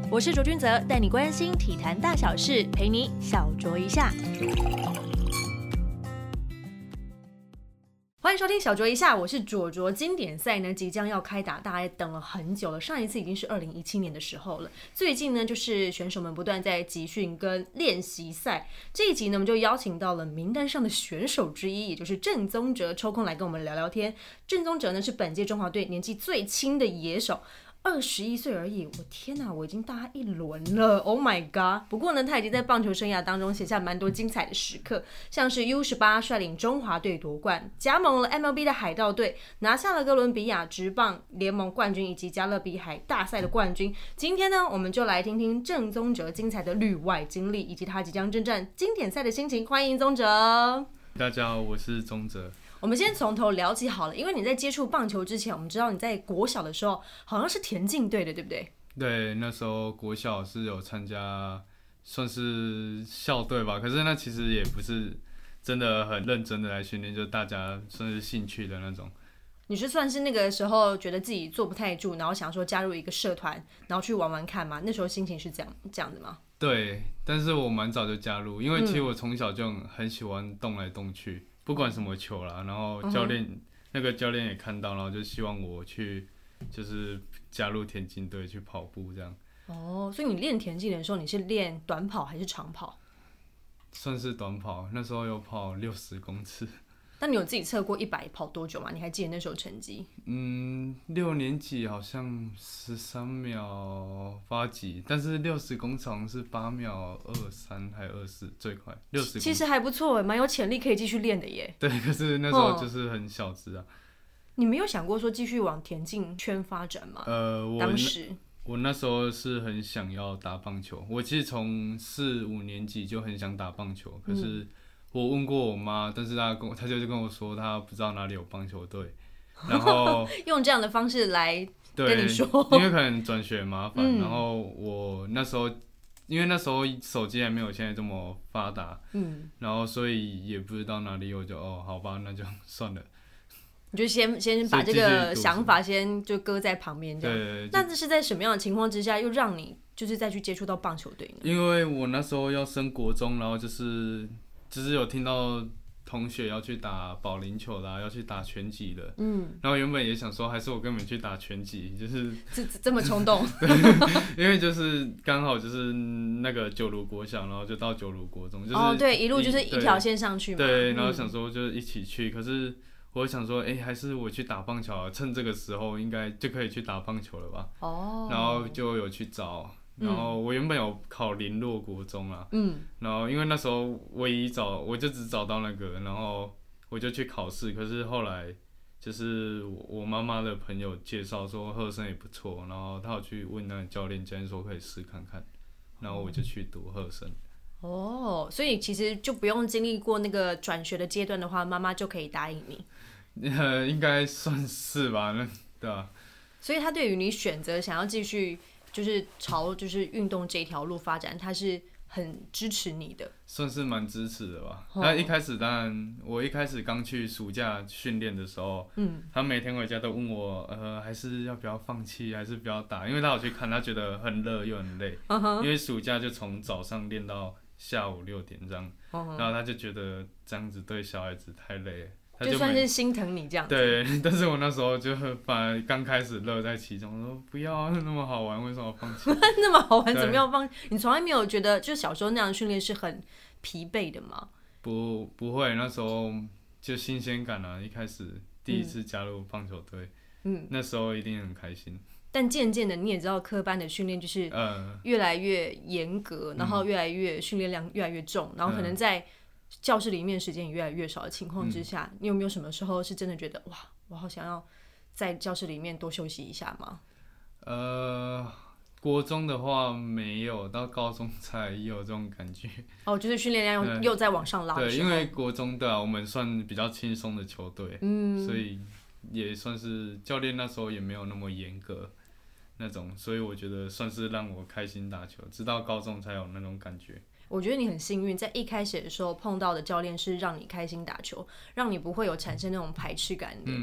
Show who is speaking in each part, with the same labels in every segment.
Speaker 1: 我是卓君泽，带你关心体坛大小事，陪你小酌一下。欢迎收听小酌一下，我是卓卓。经典赛呢即将要开打，大家也等了很久了，上一次已经是2017年的时候了。最近呢就是选手们不断在集训跟练习赛。这一集呢我们就邀请到了名单上的选手之一，也就是郑宗哲，抽空来跟我们聊聊天。郑宗哲呢是本届中华队年纪最轻的野手。21岁而已，我天哪，我已经大他一轮了 ，Oh my god！ 不过呢，他已经在棒球生涯当中写下蛮多精彩的时刻，像是 U18 率领中华队夺冠，加盟了 MLB 的海盗队，拿下了哥伦比亚职棒联盟冠军以及加勒比海大赛的冠军。今天呢，我们就来听听郑宗哲精彩的旅外经历，以及他即将征战经典赛的心情。欢迎宗哲！
Speaker 2: 大家好，我是宗哲。
Speaker 1: 我们先从头聊起好了，因为你在接触棒球之前，我们知道你在国小的时候好像是田径队的，对不对？
Speaker 2: 对，那时候国小是有参加，算是校队吧。可是那其实也不是真的很认真的来训练，就大家算是兴趣的那种。
Speaker 1: 你是算是那个时候觉得自己坐不太住，然后想说加入一个社团，然后去玩玩看吗？那时候心情是这样子吗？
Speaker 2: 对，但是我蛮早就加入，因为其实我从小就很喜欢动来动去。不管什么球啦，然后那个教练也看到，然后就希望我去就是加入田径队去跑步这样。
Speaker 1: 哦，所以你练田径的时候，你是练短跑还是长跑？
Speaker 2: 算是短跑，那时候有跑60公尺。
Speaker 1: 那你有自己测过100跑多久吗？你还记得那时候成绩
Speaker 2: ？6年级好像13秒8几，但是60公尺好像是8秒23还24最快，60公尺
Speaker 1: 其实还不错，蛮有潜力可以继续练的耶。
Speaker 2: 对，可是那时候就是很小只啊。
Speaker 1: 你没有想过说继续往田径圈发展吗？当时
Speaker 2: 我那时候是很想要打棒球，我其实从4、5年级就很想打棒球，可是我问过我妈，但是她就跟我说她不知道哪里有棒球队，然后
Speaker 1: 用这样的方式来跟你说，
Speaker 2: 因为可能转学麻烦，然后我那时候因为那时候手机还没有现在这么发达，然后所以也不知道哪里，我就好吧，那就算了。
Speaker 1: 你就先把这个想法先就搁在旁边，这样。
Speaker 2: 对。
Speaker 1: 那这是在什么样的情况之下，又让你就是再去接触到棒球队呢？
Speaker 2: 因为我那时候要升国中，然后就是有听到同学要去打保龄球啦，要去打拳击的，然后原本也想说，还是我跟你们去打拳击，就是
Speaker 1: 这么冲动。
Speaker 2: 因为就是刚好就是那个九如国小，然后就到九如国中，就是
Speaker 1: 对，一路就是一条线上去嘛。
Speaker 2: 对，然后想说就一起去，可是我想说，还是我去打棒球啊，趁这个时候应该就可以去打棒球了吧？然后就有去找。然后我原本有考联络国中啦，然后因为那时候我就只找到那个，然后我就去考试，可是后来就是我妈妈的朋友介绍说赫森也不错，然后他有去问那个教练说可以试看看，然后我就去读赫森。
Speaker 1: 所以其实就不用经历过那个转学的阶段的话，妈妈就可以答应你。
Speaker 2: 应该算是吧，对啊。
Speaker 1: 所以他对于你选择想要继续就是朝就是运动这条路发展，他是很支持你的，
Speaker 2: 算是蛮支持的吧。他一开始当然，我一开始刚去暑假训练的时候，他每天回家都问我，还是要不要放弃，还是不要打，因为他有去看，他觉得很热又很累，因为暑假就从早上练到下午6点这样，然后他就觉得这样子对小孩子太累了。
Speaker 1: 就算是心疼你这样子。
Speaker 2: 对，但是我那时候就反而刚开始乐在其中，说不要啊，那么好玩，为什么要放弃？
Speaker 1: 那么好玩，怎么要放弃？你从来没有觉得，就小时候那样的训练是很疲惫的吗？
Speaker 2: 不会，那时候就新鲜感啊，一开始第一次加入棒球队，那时候一定很开心。
Speaker 1: 但渐渐的，你也知道科班的训练就是越来越严格，然后越来越训练量越来越重，然后可能在教室里面时间也越来越少的情况之下，你有没有什么时候是真的觉得哇，我好想要在教室里面多休息一下吗？
Speaker 2: 国中的话没有，到高中才有这种感觉。
Speaker 1: 就是训练量又在往上拉的时候。
Speaker 2: 对，因为国中我们算比较轻松的球队，所以也算是教练那时候也没有那么严格那种，所以我觉得算是让我开心打球，直到高中才有那种感觉。
Speaker 1: 我觉得你很幸运，在一开始的时候碰到的教练是让你开心打球，让你不会有产生那种排斥感的。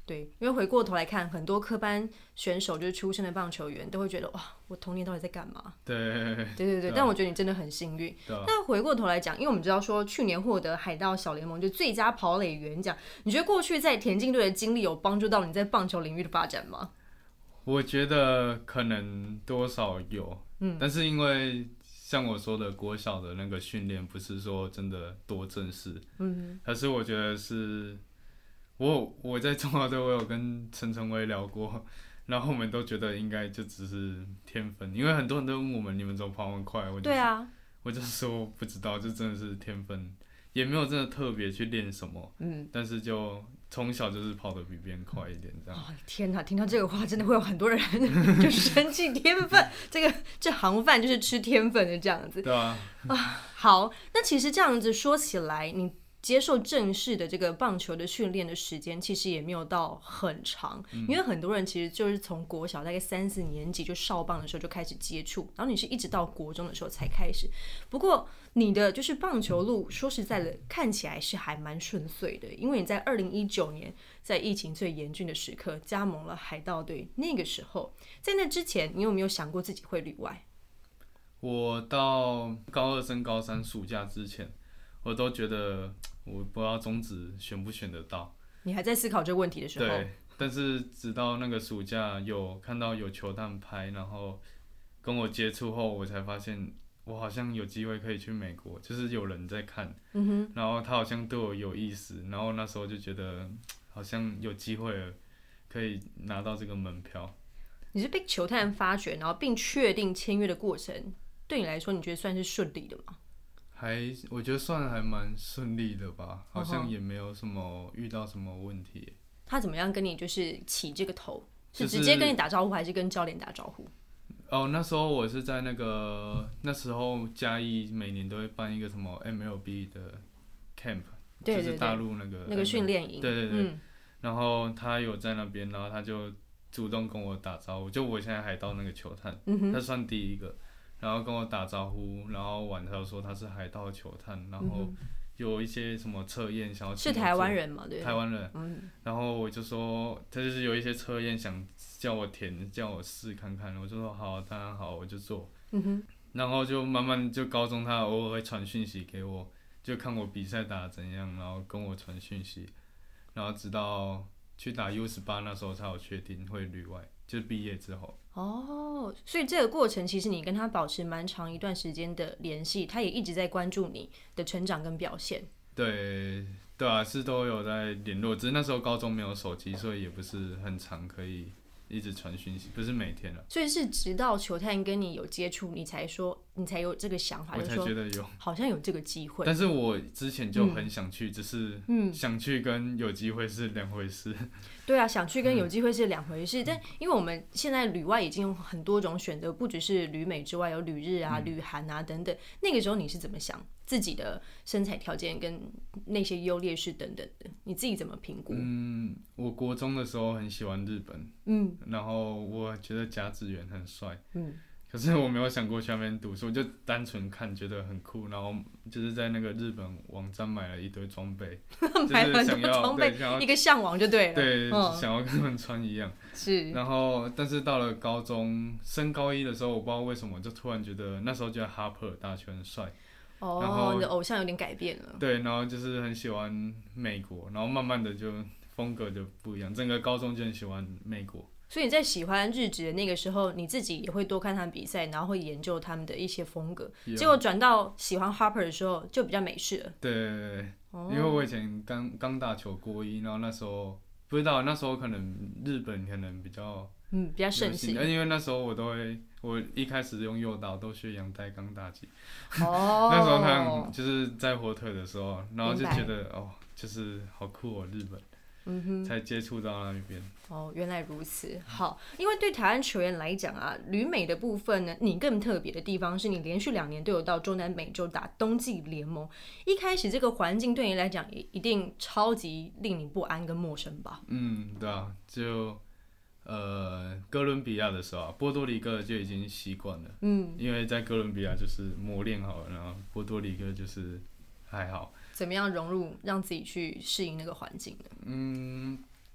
Speaker 1: 对，因为回过头来看，很多科班选手就是出身的棒球员，都会觉得哇，我童年到底在干嘛？对，但我觉得你真的很幸运。那回过头来讲，因为我们知道说去年获得海盗小联盟就最佳跑垒员奖，你觉得过去在田径队的经历有帮助到你在棒球领域的发展吗？
Speaker 2: 我觉得可能多少有，但是因为像我说的，国小的那个训练不是说真的多正式，可是我觉得是。我在中华队，我有跟陈晨威聊过，然后我们都觉得应该就只是天分，因为很多人都问我们你们怎么跑那么快，
Speaker 1: 对啊，
Speaker 2: 我就说不知道，就真的是天分，也没有真的特别去练什么，但是就从小就是跑得比别人快一点这样。
Speaker 1: 哦天哪，听到这个话真的会有很多人就生气，天分这行饭就是吃天分的这样子。
Speaker 2: 对啊。
Speaker 1: 好，那其实这样子说起来，你接受正式的这个棒球的训练的时间其实也没有到很长，因为很多人其实就是从国小大概3、4年级就少棒的时候就开始接触，然后你是一直到国中的时候才开始。不过你的就是棒球路说实在的看起来是还蛮顺遂的，因为你在2019年在疫情最严峻的时刻加盟了海盗队，那个时候在那之前你有没有想过自己会旅外？
Speaker 2: 我到高2升高3暑假之前，我都觉得我不知道中职选不选得到。
Speaker 1: 你还在思考这个问题的时候，
Speaker 2: 对，但是直到那个暑假有看到有球探拍，然后跟我接触后，我才发现我好像有机会可以去美国，就是有人在看，然后他好像对我有意思，然后那时候就觉得好像有机会了，可以拿到这个门票。
Speaker 1: 你是被球探发掘，然后并确定签约的过程，对你来说你觉得算是顺利的吗？
Speaker 2: 我觉得算还蛮顺利的吧，好像也没有什么遇到什么问题。
Speaker 1: 他怎么样跟你就是起这个头？是直接跟你打招呼，还是跟教练打招呼？
Speaker 2: 那时候我是在那时候嘉义每年都会办一个什么 MLB 的 camp， 就是大陆那个
Speaker 1: 训练营。
Speaker 2: 对，然后他有在那边，然后他就主动跟我打招呼，就我现在海盗那个球探，他算第一个。然后跟我打招呼，然后晚上说他是海盗球探，然后有一些什么测验想要是
Speaker 1: 台湾人嘛，对，
Speaker 2: 台湾人，然后我就说他就是有一些测验想叫我填，叫我试看看，我就说好，当然好，我就做，然后就慢慢就高中他偶尔会传讯息给我，就看我比赛打得怎样，然后跟我传讯息，然后直到去打 U18那时候才有确定会旅外，就是毕业之后。
Speaker 1: 所以这个过程其实你跟他保持蛮长一段时间的联系，他也一直在关注你的成长跟表现。
Speaker 2: 对啊，是都有在联络，只是那时候高中没有手机，所以也不是很常可以一直传讯息，不是每天了。
Speaker 1: 所以是直到球探跟你有接触，你才有这个想法，
Speaker 2: 我才觉得有，
Speaker 1: 好像有这个机会。
Speaker 2: 但是我之前就很想去，只是想去跟有机会是两回事。
Speaker 1: 对啊，想去跟有机会是两回事。但因为我们现在旅外已经有很多种选择，不只是旅美之外，有旅日啊、旅韩啊等等。那个时候你是怎么想自己的身材条件跟那些优劣势等等的？你自己怎么评估？
Speaker 2: 我国中的时候很喜欢日本，然后我觉得甲子园很帅，可是我没有想过去那边读书，就单纯看觉得很酷，然后就是在那个日本网站买了一堆装备，
Speaker 1: 买了很多装备，一个向往就对了。
Speaker 2: 对，想要跟他们穿一样。
Speaker 1: 是。
Speaker 2: 然后，但是到了高中升高一的时候，我不知道为什么，就突然觉得那时候觉得哈珀打球很帅。然后
Speaker 1: 你的偶像有点改变了。
Speaker 2: 对，然后就是很喜欢美国，然后慢慢的就风格就不一样，整个高中就很喜欢美国。
Speaker 1: 所以你在喜欢日职的那个时候，你自己也会多看他们比赛，然后会研究他们的一些风格。结果转到喜欢 Harper 的时候，就比较美式了。
Speaker 2: 对，因为我以前刚打球国一，然后那时候不知道，那时候可能日本可能比较
Speaker 1: 比较盛行。
Speaker 2: 因为那时候我一开始用右打都学阳代刚打击。那时候他就是在火腿的时候，然后就觉得就是好酷哦，日本。才接触到那边。
Speaker 1: 原来如此。好，因为对台湾球员来讲啊，旅美的部分呢，你更特别的地方是你连续2年都有到中南美洲打冬季联盟。一开始这个环境对你来讲也一定超级令你不安跟陌生吧？
Speaker 2: 对啊，就哥伦比亚的时候啊，波多黎各就已经习惯了。因为在哥伦比亚就是磨练好了，然后波多黎各就是还好。
Speaker 1: 怎么样融入，让自己去适应那个环境呢？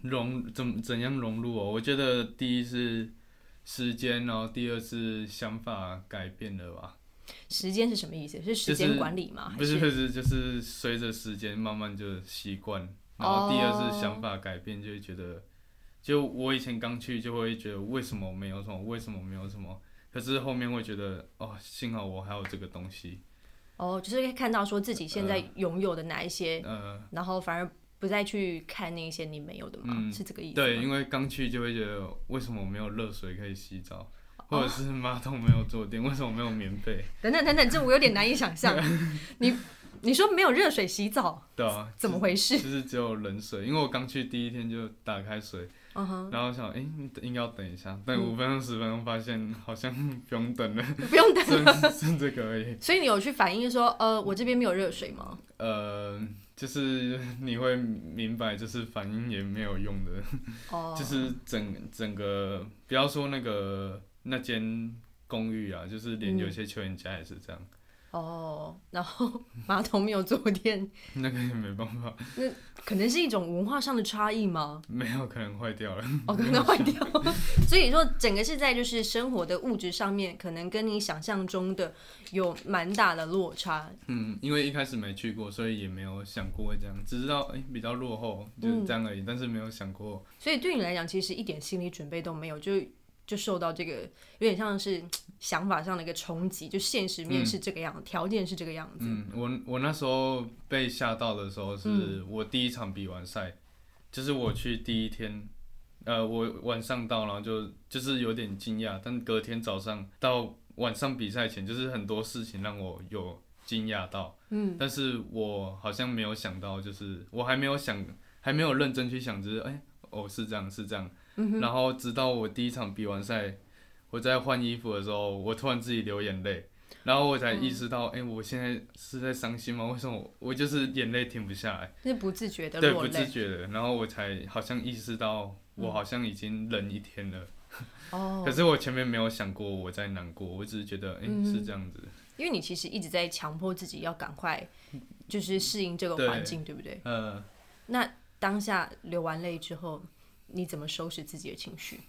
Speaker 2: 怎样融入哦？我觉得第一是时间，然后第二是想法改变了吧。
Speaker 1: 时间是什么意思？是时间管理吗？
Speaker 2: 不是，就是随着时间慢慢就习惯。然后第二是想法改变，就会觉得，就我以前刚去就会觉得为什么没有什么，为什么没有什么，可是后面会觉得哦，幸好我还有这个东西。
Speaker 1: 就是看到说自己现在拥有的哪一些，然后反而不再去看那些你没有的吗？是这个意思吗？
Speaker 2: 对，因为刚去就会觉得为什么没有热水可以洗澡，或者是马桶没有坐垫，为什么没有棉被？
Speaker 1: 等等，这我有点难以想象。你说没有热水洗澡？
Speaker 2: 对啊，
Speaker 1: 怎么回事？
Speaker 2: 就是只有冷水，因为我刚去第一天就打开水，然后想应该要等一下，等5分钟10分钟，发现好像不用等了，
Speaker 1: 不用等了，
Speaker 2: 剩这个而已。
Speaker 1: 所以你有去反映说，我这边没有热水吗？
Speaker 2: 就是你会明白，就是反应也没有用的，就是整个不要说那间公寓啊，就是连有些球员家也是这样。
Speaker 1: 然后马桶没有坐垫，
Speaker 2: 那个也没办法。
Speaker 1: 那可能是一种文化上的差异吗？
Speaker 2: 没有，可能坏掉了。
Speaker 1: 可能坏掉。所以说，整个是在就是生活的物质上面，可能跟你想象中的有蛮大的落差。
Speaker 2: 因为一开始没去过，所以也没有想过会这样，只知道比较落后，就是这样而已，但是没有想过。
Speaker 1: 所以对你来讲，其实一点心理准备都没有，就受到这个有点像是想法上的一个冲击，就现实面是这个样子，条件是这个样子。
Speaker 2: 我那时候被吓到的时候，是我第一场比完赛，就是我去第一天，我晚上到，然后就是有点惊讶，但隔天早上到晚上比赛前，就是很多事情让我有惊讶到，但是我好像没有想到，就是我还没有认真去想，就是是这样是这样。然后直到我第一场比完赛，我在换衣服的时候，我突然自己流眼泪，然后我才意识到，我现在是在伤心吗？为什么我就是眼泪停不下来？
Speaker 1: 是不自觉的
Speaker 2: 落
Speaker 1: 泪。对，
Speaker 2: 不自觉的。然后我才好像意识到，我好像已经忍1天了。可是我前面没有想过我在难过，我只是觉得，是这样子。
Speaker 1: 因为你其实一直在强迫自己要赶快，就是适应这个环境，对不对？那当下流完泪之后，你怎么收拾自己的情绪？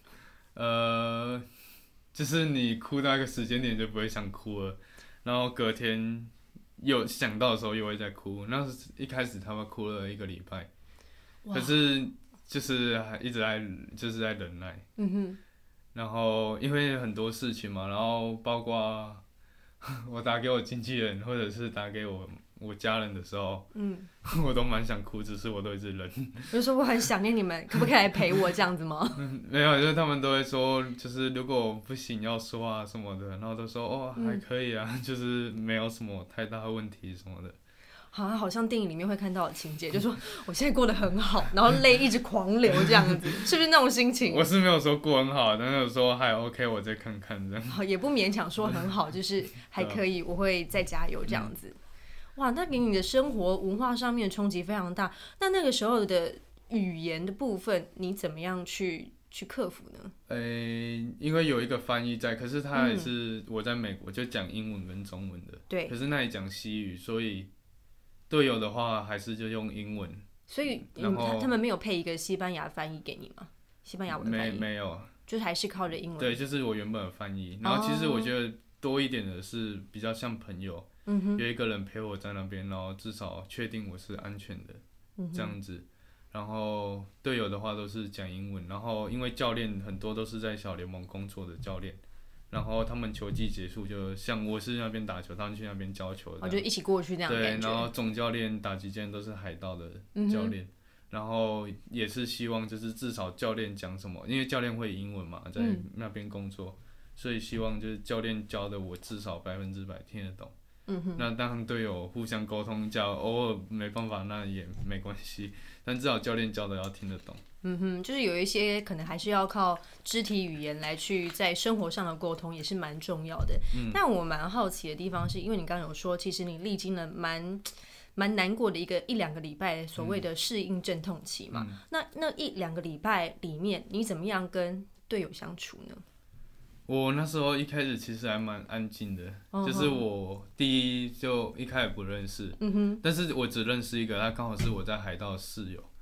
Speaker 2: 就是你哭到一个时间点就不会想哭了，然后隔天有想到的时候又会再哭。那一开始他们哭了1个礼拜，可是就是还一直在忍耐。然后因为很多事情嘛，然后包括我打给我经纪人或者是打给我家人的时候，我都蛮想哭，只是我都一直忍。
Speaker 1: 就说我很想念你们，可不可以来陪我这样子吗？
Speaker 2: 没有，就是他们都会说，就是如果不行要说啊什么的，然后都说还可以啊，就是没有什么太大问题什么的。
Speaker 1: 好像电影里面会看到的情节，就说我现在过得很好，然后泪一直狂流这样子，是不是那种心情？
Speaker 2: 我是没有说过很好，但是说还 OK， 我再看看这样。
Speaker 1: 也不勉强说很好，就是还可以，我会再加油这样子。哇，那给你的生活文化上面冲击非常大。那个时候的语言的部分，你怎么样去克服呢？
Speaker 2: 因为有一个翻译在，可是他也是我在美国就讲英文跟中文的，
Speaker 1: 对。
Speaker 2: 可是那里讲西语，所以队友的话还是就用英文。
Speaker 1: 所以他们没有配一个西班牙翻译给你吗？西班牙文翻译
Speaker 2: 没有，
Speaker 1: 就是还是靠着英文。
Speaker 2: 对，就是我原本的翻译。然后其实我觉得多一点的是比较像朋友。有一个人陪我在那边，然后至少确定我是安全的，这样子。然后队友的话都是讲英文，然后因为教练很多都是在小联盟工作的教练，然后他们球季结束，就像我是那边打球，他们去那边教球，
Speaker 1: 就一起过去这样的感觉。
Speaker 2: 对，然后总教练、打击教练都是海盗的教练，然后也是希望就是至少教练讲什么，因为教练会英文嘛，在那边工作，所以希望就是教练教的我至少100%听得懂。那当然队友互相沟通偶尔没办法那也没关系，但至少教练教的要听得懂。
Speaker 1: 就是有一些可能还是要靠肢体语言来去在生活上的沟通也是蛮重要的。但我蛮好奇的地方是因为你刚刚有说，其实你历经了蛮难过的1-2个礼拜所谓的适应阵痛期嘛。那1-2个礼拜里面，你怎么样跟队友相处呢？
Speaker 2: 我那时候一开始其实还蛮安静的，就是我第一就一开始不认识，但是我只认识一个，他刚好是我在海盗的室友，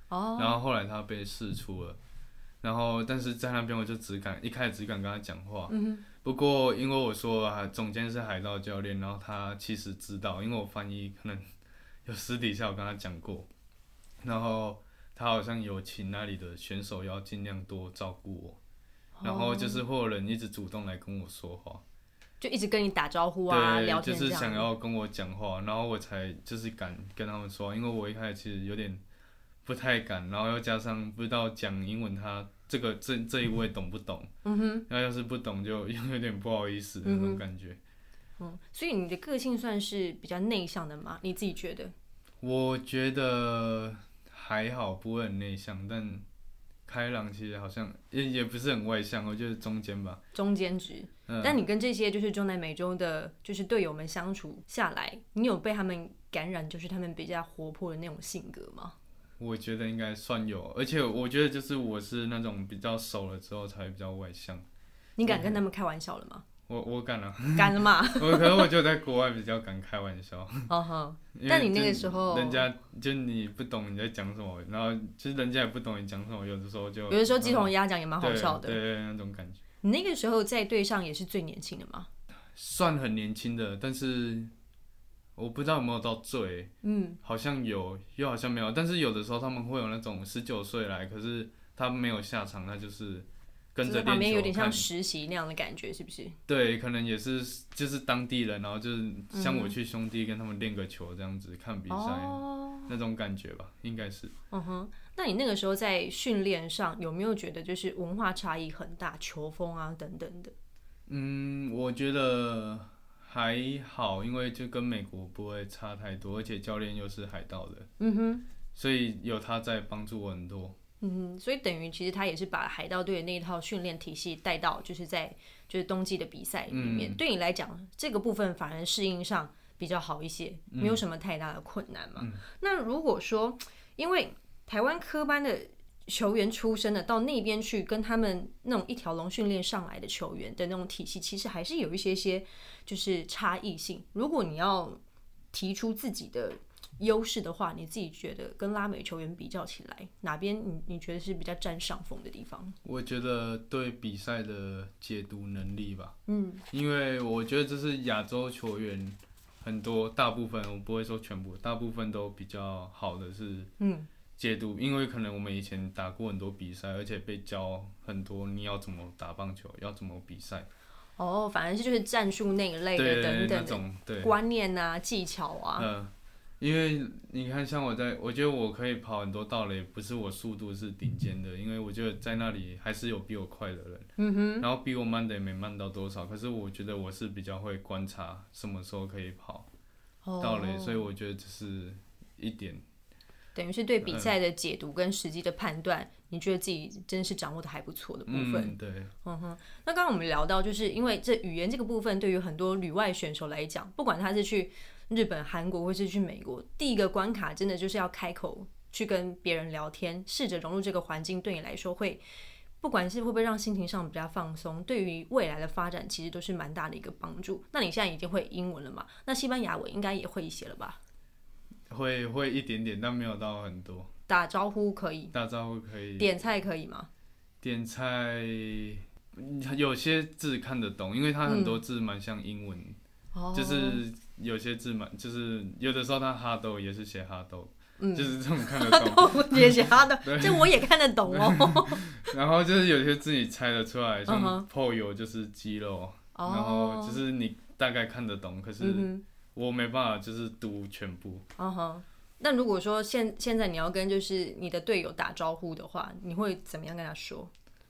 Speaker 2: 然后后来他被释出了，然后但是在那边我就一开始只敢跟他讲话。不过因为我说总监是海盗教练，然后他其实知道，因为我翻译可能有私底下我跟他讲过，然后他好像有请那里的选手要尽量多照顾我，然后就是会有人一直主动来跟我说话。
Speaker 1: 就一直跟你打招呼啊，聊天这样。
Speaker 2: 就是想要跟我讲话，然后我才就是敢跟他们说，因为我一开始其实有点不太敢，然后又加上不知道讲英文他这一位懂不懂，那要是不懂就有点不好意思那种感觉。
Speaker 1: 所以你的个性算是比较内向的吗？你自己觉得？
Speaker 2: 我觉得还好，不会很内向，但开朗其实好像也不是很外向，我觉得中间吧。
Speaker 1: 中间值。但你跟这些就是中南美洲的，就是队友们相处下来，你有被他们感染，就是他们比较活泼的那种性格吗？
Speaker 2: 我觉得应该算有，而且我觉得就是我是那种比较熟了之后才会比较外向。
Speaker 1: 你敢跟他们开玩笑了吗？
Speaker 2: 我敢了。
Speaker 1: 敢了嘛？
Speaker 2: 可能我就在国外比较敢开玩笑。
Speaker 1: 但你那个时候，
Speaker 2: 人家就你不懂你在讲什么，然后就是人家也不懂你讲什么，有的时候
Speaker 1: 鸡同鸭讲也蛮好笑的。
Speaker 2: 对，那种感觉。
Speaker 1: 你那个时候在队上也是最年轻的吗？
Speaker 2: 算很年轻的，但是我不知道有没有到最，好像有，又好像没有。但是有的时候他们会有那种19岁来，可是他没有下场，他就是跟着练球，
Speaker 1: 旁边有点像实习那样的感觉，是不是？对，
Speaker 2: 可能也是就是当地人，然后就是像我去兄弟跟他们练个球这样子看比赛，那种感觉吧，应该是。
Speaker 1: 那你那个时候在训练上有没有觉得就是文化差异很大，球风啊等等的？
Speaker 2: 我觉得还好，因为就跟美国不会差太多，而且教练又是海盗的，所以有他在帮助我很多。
Speaker 1: 所以等于其实他也是把海盗队的那一套训练体系带到就是在冬季的比赛里面。对你来讲，这个部分反而适应上比较好一些，没有什么太大的困难嘛。那如果说因为台湾科班的球员出身的到那边去，跟他们那种一条龙训练上来的球员的那种体系，其实还是有一些就是差异性。如果你要提出自己的优势的话，你自己觉得跟拉美球员比较起来，哪边你觉得是比较占上风的地方？
Speaker 2: 我觉得对比赛的解读能力吧，因为我觉得这是亚洲球员很多，大部分我不会说全部，大部分都比较好的是解读，因为可能我们以前打过很多比赛，而且被教很多你要怎么打棒球，要怎么比赛。
Speaker 1: 反而是就是战术那一类的等等的观念啊、技巧啊。
Speaker 2: 因为你看，像我觉得我可以跑很多道垒，不是我速度是顶尖的，因为我觉得在那里还是有比我快的人，然后比我慢的也没慢到多少，可是我觉得我是比较会观察什么时候可以跑道垒，所以我觉得这是一点。
Speaker 1: 等于是对比赛的解读跟实际的判断，你觉得自己真是掌握的还不错的部分。
Speaker 2: 对。
Speaker 1: 那刚刚我们聊到，就是因为这语言这个部分，对于很多旅外选手来讲，不管他是去日本、韩国或是去美国，第一个关卡真的就是要开口去跟别人聊天，试着融入这个环境，对你来说会，不管是会不会让心情上比较放松，对于未来的发展其实都是蛮大的一个帮助。那你现在已经会英文了嘛？那西班牙文应该也会一些了吧？
Speaker 2: 会一点点，但没有到很多。
Speaker 1: 打招呼可以，点菜可以吗？
Speaker 2: 点菜有些字看得懂，因为它很多字蛮像英文，就是有些字就是有的时候它哈豆也是写哈豆，就是这种看得懂。
Speaker 1: 也写哈豆，这我也看得懂哦。
Speaker 2: 然后就是有些字你猜得出来，像 pollo 就是鸡肉，然后就是你大概看得懂，可是我没办法就是读全部。
Speaker 1: 那如果说现在你要跟就是你的队友打招呼的话，你会怎么样跟他说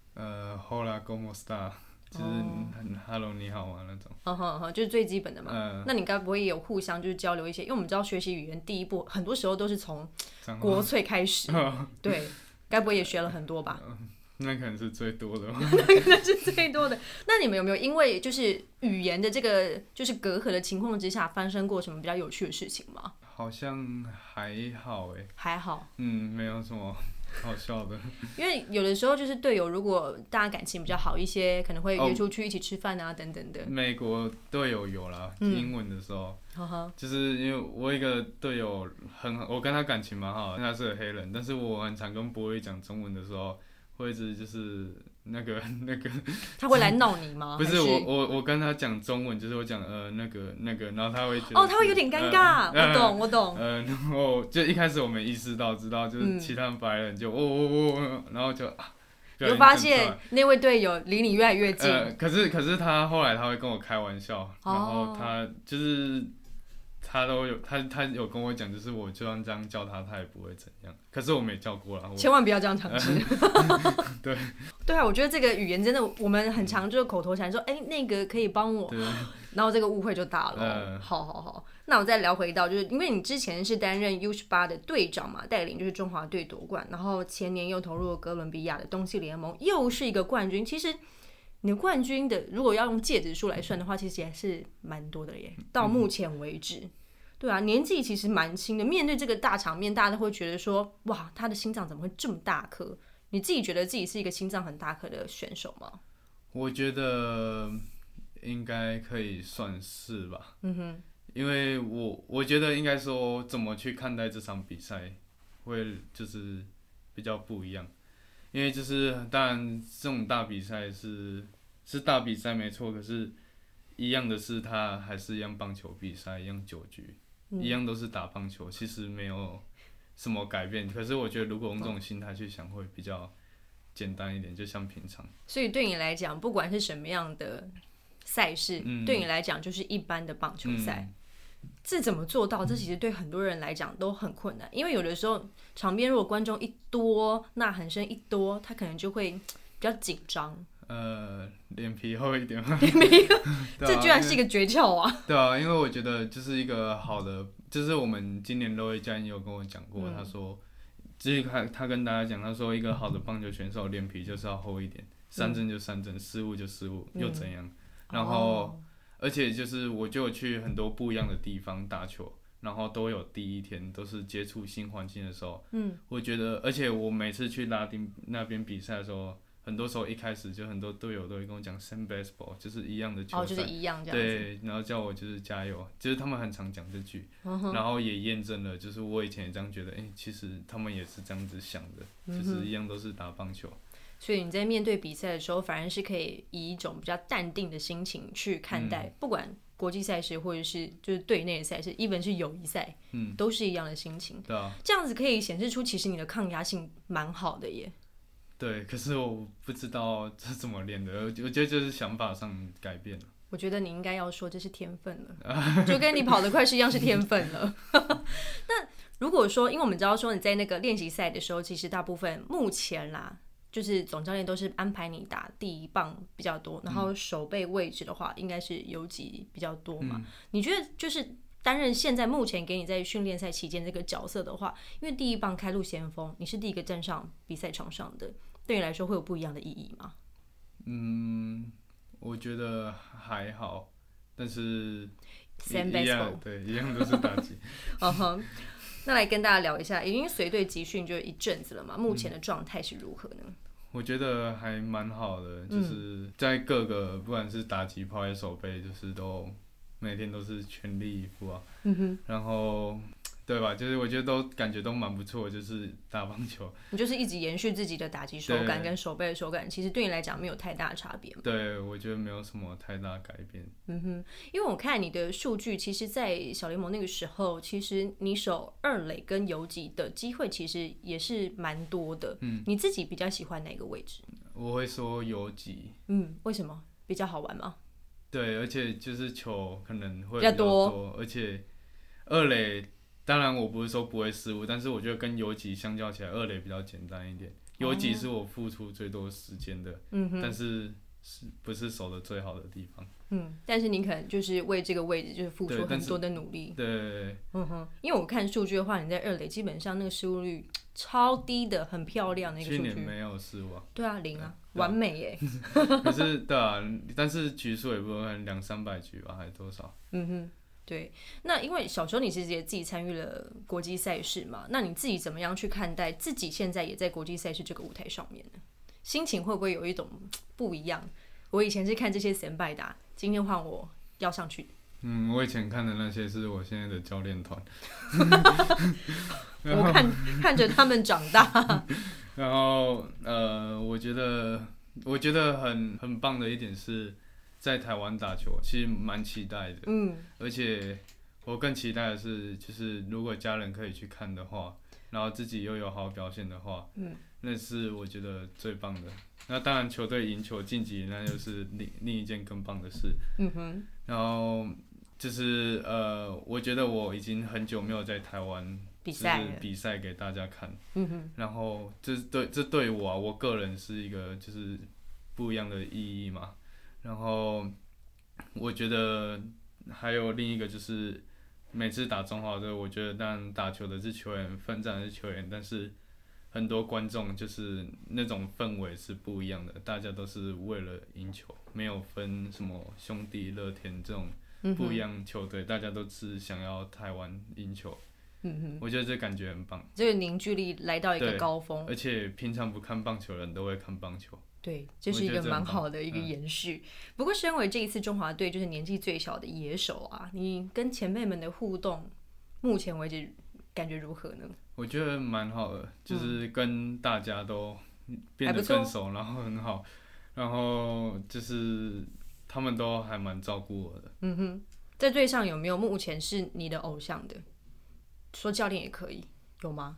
Speaker 2: ？Hola, ¿cómo está？ 就是Hello 你好吗那种。
Speaker 1: 就是最基本的嘛。那你该不会也有互相就是交流一些？因为我们知道学习语言第一步，很多时候都是从国粹开始。对，该不会也学了很多吧？
Speaker 2: 那可能是最多的。
Speaker 1: 那是最多的。那你们有没有因为就是语言的这个就是隔阂的情况之下，发生过什么比较有趣的事情吗？
Speaker 2: 好像还好
Speaker 1: 还好。
Speaker 2: 没有什么好笑的。
Speaker 1: 因为有的时候就是队友，如果大家感情比较好一些，可能会约出去一起吃饭啊，等等的。
Speaker 2: 美国队友有啦，英文的时候，就是因为我一个队友很好，我跟他感情蛮好的，他是个黑人，但是我很常跟博威讲中文的时候，会一直就是那个，
Speaker 1: 他会来闹你吗？
Speaker 2: 不是我跟他讲中文，就是我讲那个，然后他会觉得
Speaker 1: 他会有点尴尬，我懂。
Speaker 2: 然后就一开始我没意识到，知道就是其他白人就然后就
Speaker 1: 有发现那位队友离你越来越近。
Speaker 2: 可是他后来他会跟我开玩笑，然后他就是他有跟我讲，就是我就算这样叫他，他也不会怎样。可是我没叫过啦，
Speaker 1: 千万不要这样尝试。
Speaker 2: 对
Speaker 1: 啊，我觉得这个语言真的，我们很常就是口头禅说，那个可以帮我，然后这个误会就大了。好，那我再聊回到，就是因为你之前是担任 U18 的队长嘛，带领就是中华队夺冠，然后前年又投入了哥伦比亚的冬季联盟，又是一个冠军。其实你的冠军的，如果要用戒指数来算的话，其实也是蛮多的耶。到目前为止，对啊，年纪其实蛮轻的。面对这个大场面，大家都会觉得说，哇，他的心脏怎么会这么大颗？你自己觉得自己是一个心脏很大颗的选手吗？
Speaker 2: 我觉得应该可以算是吧。因为我觉得应该说怎么去看待这场比赛，会就是比较不一样。因为就是当然这种大比赛是大比赛没错，可是一样的是它还是一样棒球比赛，一样9局，一样都是打棒球，其实没有什么改变。可是我觉得如果用这种心态去想，会比较简单一点，就像平常。
Speaker 1: 所以对你来讲，不管是什么样的赛事，对你来讲就是一般的棒球赛。这怎么做到？这其实对很多人来讲都很困难，因为有的时候场边如果观众一多，呐喊声一多，他可能就会比较紧张。
Speaker 2: 脸皮厚一点。
Speaker 1: 这居然是一个诀窍啊！
Speaker 2: 对啊，因为我觉得就是一个好的，就是我们今年肉叶教练有跟我讲过，他说，就是他跟大家讲，他说一个好的棒球选手脸皮就是要厚一点，三振就三振，失误就失误，又怎样？然后。而且就是我就有去很多不一样的地方打球，然后都有第一天都是接触新环境的时候，我觉得，而且我每次去拉丁那边比赛的时候，很多时候一开始就很多队友都会跟我讲 same baseball， 就是一样的球赛，
Speaker 1: 就是一样这样子。
Speaker 2: 对，然后叫我就是加油，就是他们很常讲这句，然后也验证了，就是我以前也这样觉得，其实他们也是这样子想的，就是一样都是打棒球。
Speaker 1: 所以你在面对比赛的时候，反而是可以以一种比较淡定的心情去看待，不管国际赛事或者是就是队内的赛事，even是友谊赛，都是一样的心情。
Speaker 2: 对啊，
Speaker 1: 这样子可以显示出其实你的抗压性蛮好的耶。
Speaker 2: 对，可是我不知道这怎么练的，我觉得就是想法上改变了。
Speaker 1: 我觉得你应该要说这是天分了，就跟你跑得快是一样是天分了。那如果说，因为我们知道说你在那个练习赛的时候，其实大部分目前啦。就是总教练都是安排你打第一棒比较多，然后守备位置的话，应该是游击比较多嘛。你觉得就是担任现在目前给你在训练赛期间这个角色的话，因为第一棒开路先锋，你是第一个站上比赛场上的，对你来说会有不一样的意义吗？
Speaker 2: 我觉得还好，但是
Speaker 1: 一样，
Speaker 2: 对，一样都是打击。
Speaker 1: 那来跟大家聊一下，已经随队集训就一阵子了嘛，目前的状态是如何呢？
Speaker 2: 我觉得还蛮好的，就是在各个不管是打击、跑垒、守备，就是都每天都是全力以赴啊。然后对吧？就是我觉得都感觉都蛮不错，就是打棒球。
Speaker 1: 你就是一直延续自己的打击手感跟守备的手感，其实对你来讲没有太大的差别。
Speaker 2: 对，我觉得没有什么太大改变。
Speaker 1: 因为我看你的数据，其实，在小联盟那个时候，其实你守二垒跟游击的机会其实也是蛮多的。你自己比较喜欢哪个位置？
Speaker 2: 我会说游击。
Speaker 1: 为什么？比较好玩吗？
Speaker 2: 对，而且就是球可能会比较多，而且二垒。当然，我不是说不会失误，但是我觉得跟游击相较起来，二垒比较简单一点。游击是我付出最多时间的，但是不是守的最好的地方。
Speaker 1: 但是你可能就是为这个位置就是付出很多的努力。
Speaker 2: 对，
Speaker 1: 因为我看数据的话，你在二垒基本上那个失误率超低的，很漂亮的一个数据。
Speaker 2: 去年没有失误啊。
Speaker 1: 对啊，0啊，完美耶。
Speaker 2: 可是对啊，但是局数也不可能200-300局吧，还是多少？
Speaker 1: 对，那因为小时候你其实也自己参与了国际赛事嘛，那你自己怎么样去看待自己现在也在国际赛事这个舞台上面呢？心情会不会有一种不一样？我以前是看这些前辈打，今天换我要上去。
Speaker 2: 我以前看的那些是我现在的教练团，
Speaker 1: 我看着他们长大。
Speaker 2: 然后我觉得很棒的一点是，在台湾打球，其实蛮期待的。而且我更期待的是，就是如果家人可以去看的话，然后自己又有好表现的话，那是我觉得最棒的。那当然，球队赢球晋级，那就是另一件更棒的事。然后就是我觉得我已经很久没有在台湾比赛给大家看。然后这对我个人是一个就是不一样的意义嘛。然后我觉得还有另一个就是每次打中华队，我觉得当然打球的是球员，奋战的是球员，但是很多观众就是那种氛围是不一样的，大家都是为了赢球，没有分什么兄弟乐天这种不一样球队，大家都是想要台湾赢球。我觉得这感觉很棒，
Speaker 1: 这个凝聚力来到一个高峰，
Speaker 2: 而且平常不看棒球的人都会看棒球。
Speaker 1: 对，这是一个蛮好的一个延续。不过，身为这一次中华队就是年纪最小的野手啊，你跟前辈们的互动，目前为止感觉如何呢？
Speaker 2: 我觉得蛮好的，就是跟大家都变得更熟，然后很好，然后就是他们都还蛮照顾我的。
Speaker 1: 在队上有没有目前是你的偶像的？说教练也可以，有吗？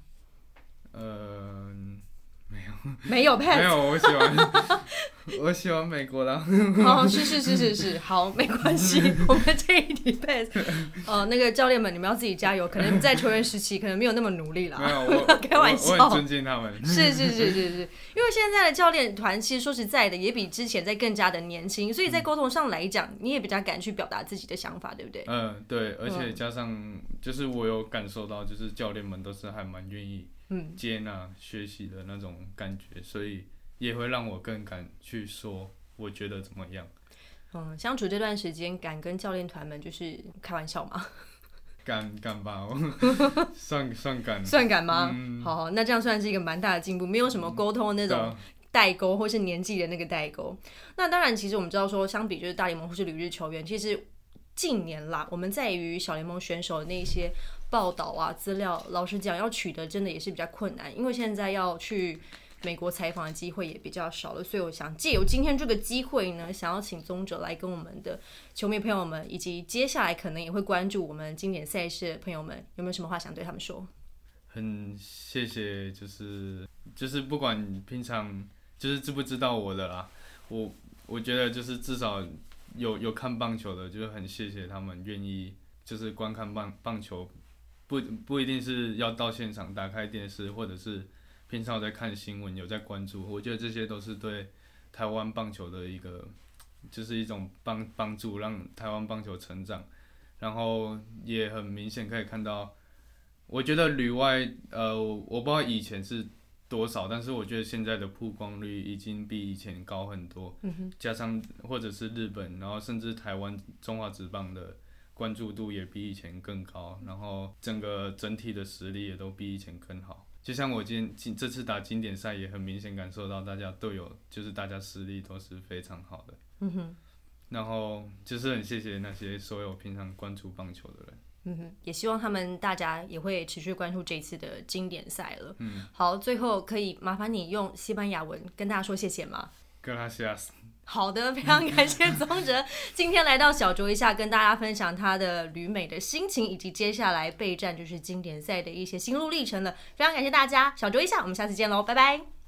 Speaker 1: 没有 Pat
Speaker 2: 没有，我喜欢美国啦。
Speaker 1: 是，好，没关系，我们这一题 Pat，那个教练们，你们要自己加油，可能在球员时期可能没有那么努力啦。
Speaker 2: 没有，
Speaker 1: 开玩笑，
Speaker 2: 我很尊敬他们。
Speaker 1: 是，因为现在的教练团其实说实在的，也比之前在更加的年轻，所以在沟通上来讲，你也比较敢去表达自己的想法，对不对？
Speaker 2: 对，而且加上就是我有感受到，就是教练们都是还蛮愿意接纳学习的那种感觉，所以也会让我更敢去说我觉得怎么样。
Speaker 1: 相处这段时间，敢跟教练团们就是开玩笑吗？
Speaker 2: 敢吧，算敢。
Speaker 1: 算敢吗？好，那这样算是一个蛮大的进步，没有什么沟通的那种代沟，或是年纪的那个代沟。那当然，其实我们知道说，相比就是大联盟或是旅日球员，其实近年啦，我们在于小联盟选手的那些报道啊、资料，老实讲要取得真的也是比较困难，因为现在要去美国采访的机会也比较少了，所以我想借由今天这个机会呢，想要请宗哲来跟我们的球迷朋友们，以及接下来可能也会关注我们经典赛事的朋友们，有没有什么话想对他们说？
Speaker 2: 很谢谢，就是不管平常就是知不知道我的啦，我觉得就是至少有看棒球的，就是很谢谢他们愿意就是观看棒球，不一定是要到现场打开电视，或者是平常有在看新闻有在关注，我觉得这些都是对台湾棒球的一个就是一种帮助，让台湾棒球成长。然后也很明显可以看到，我觉得旅外我不知道以前是多少，但是我觉得现在的曝光率已经比以前高很多。加上或者是日本，然后甚至台湾中华职棒的关注度也比以前更高，然后整体的实力也都比以前更好。就像我这次打经典赛，也很明显感受到大家队友就是大家实力都是非常好的。然后就是很谢谢那些所有平常关注棒球的人。
Speaker 1: 也希望他们大家也会持续关注这一次的经典赛了。好，最后可以麻烦你用西班牙文跟大家说谢谢吗？
Speaker 2: Gracias。
Speaker 1: 好的，非常感谢宗哲今天来到小酌一下，跟大家分享他的旅美的心情，以及接下来备战就是经典赛的一些心路历程了。非常感谢大家，小酌一下，我们下次见喽，拜拜。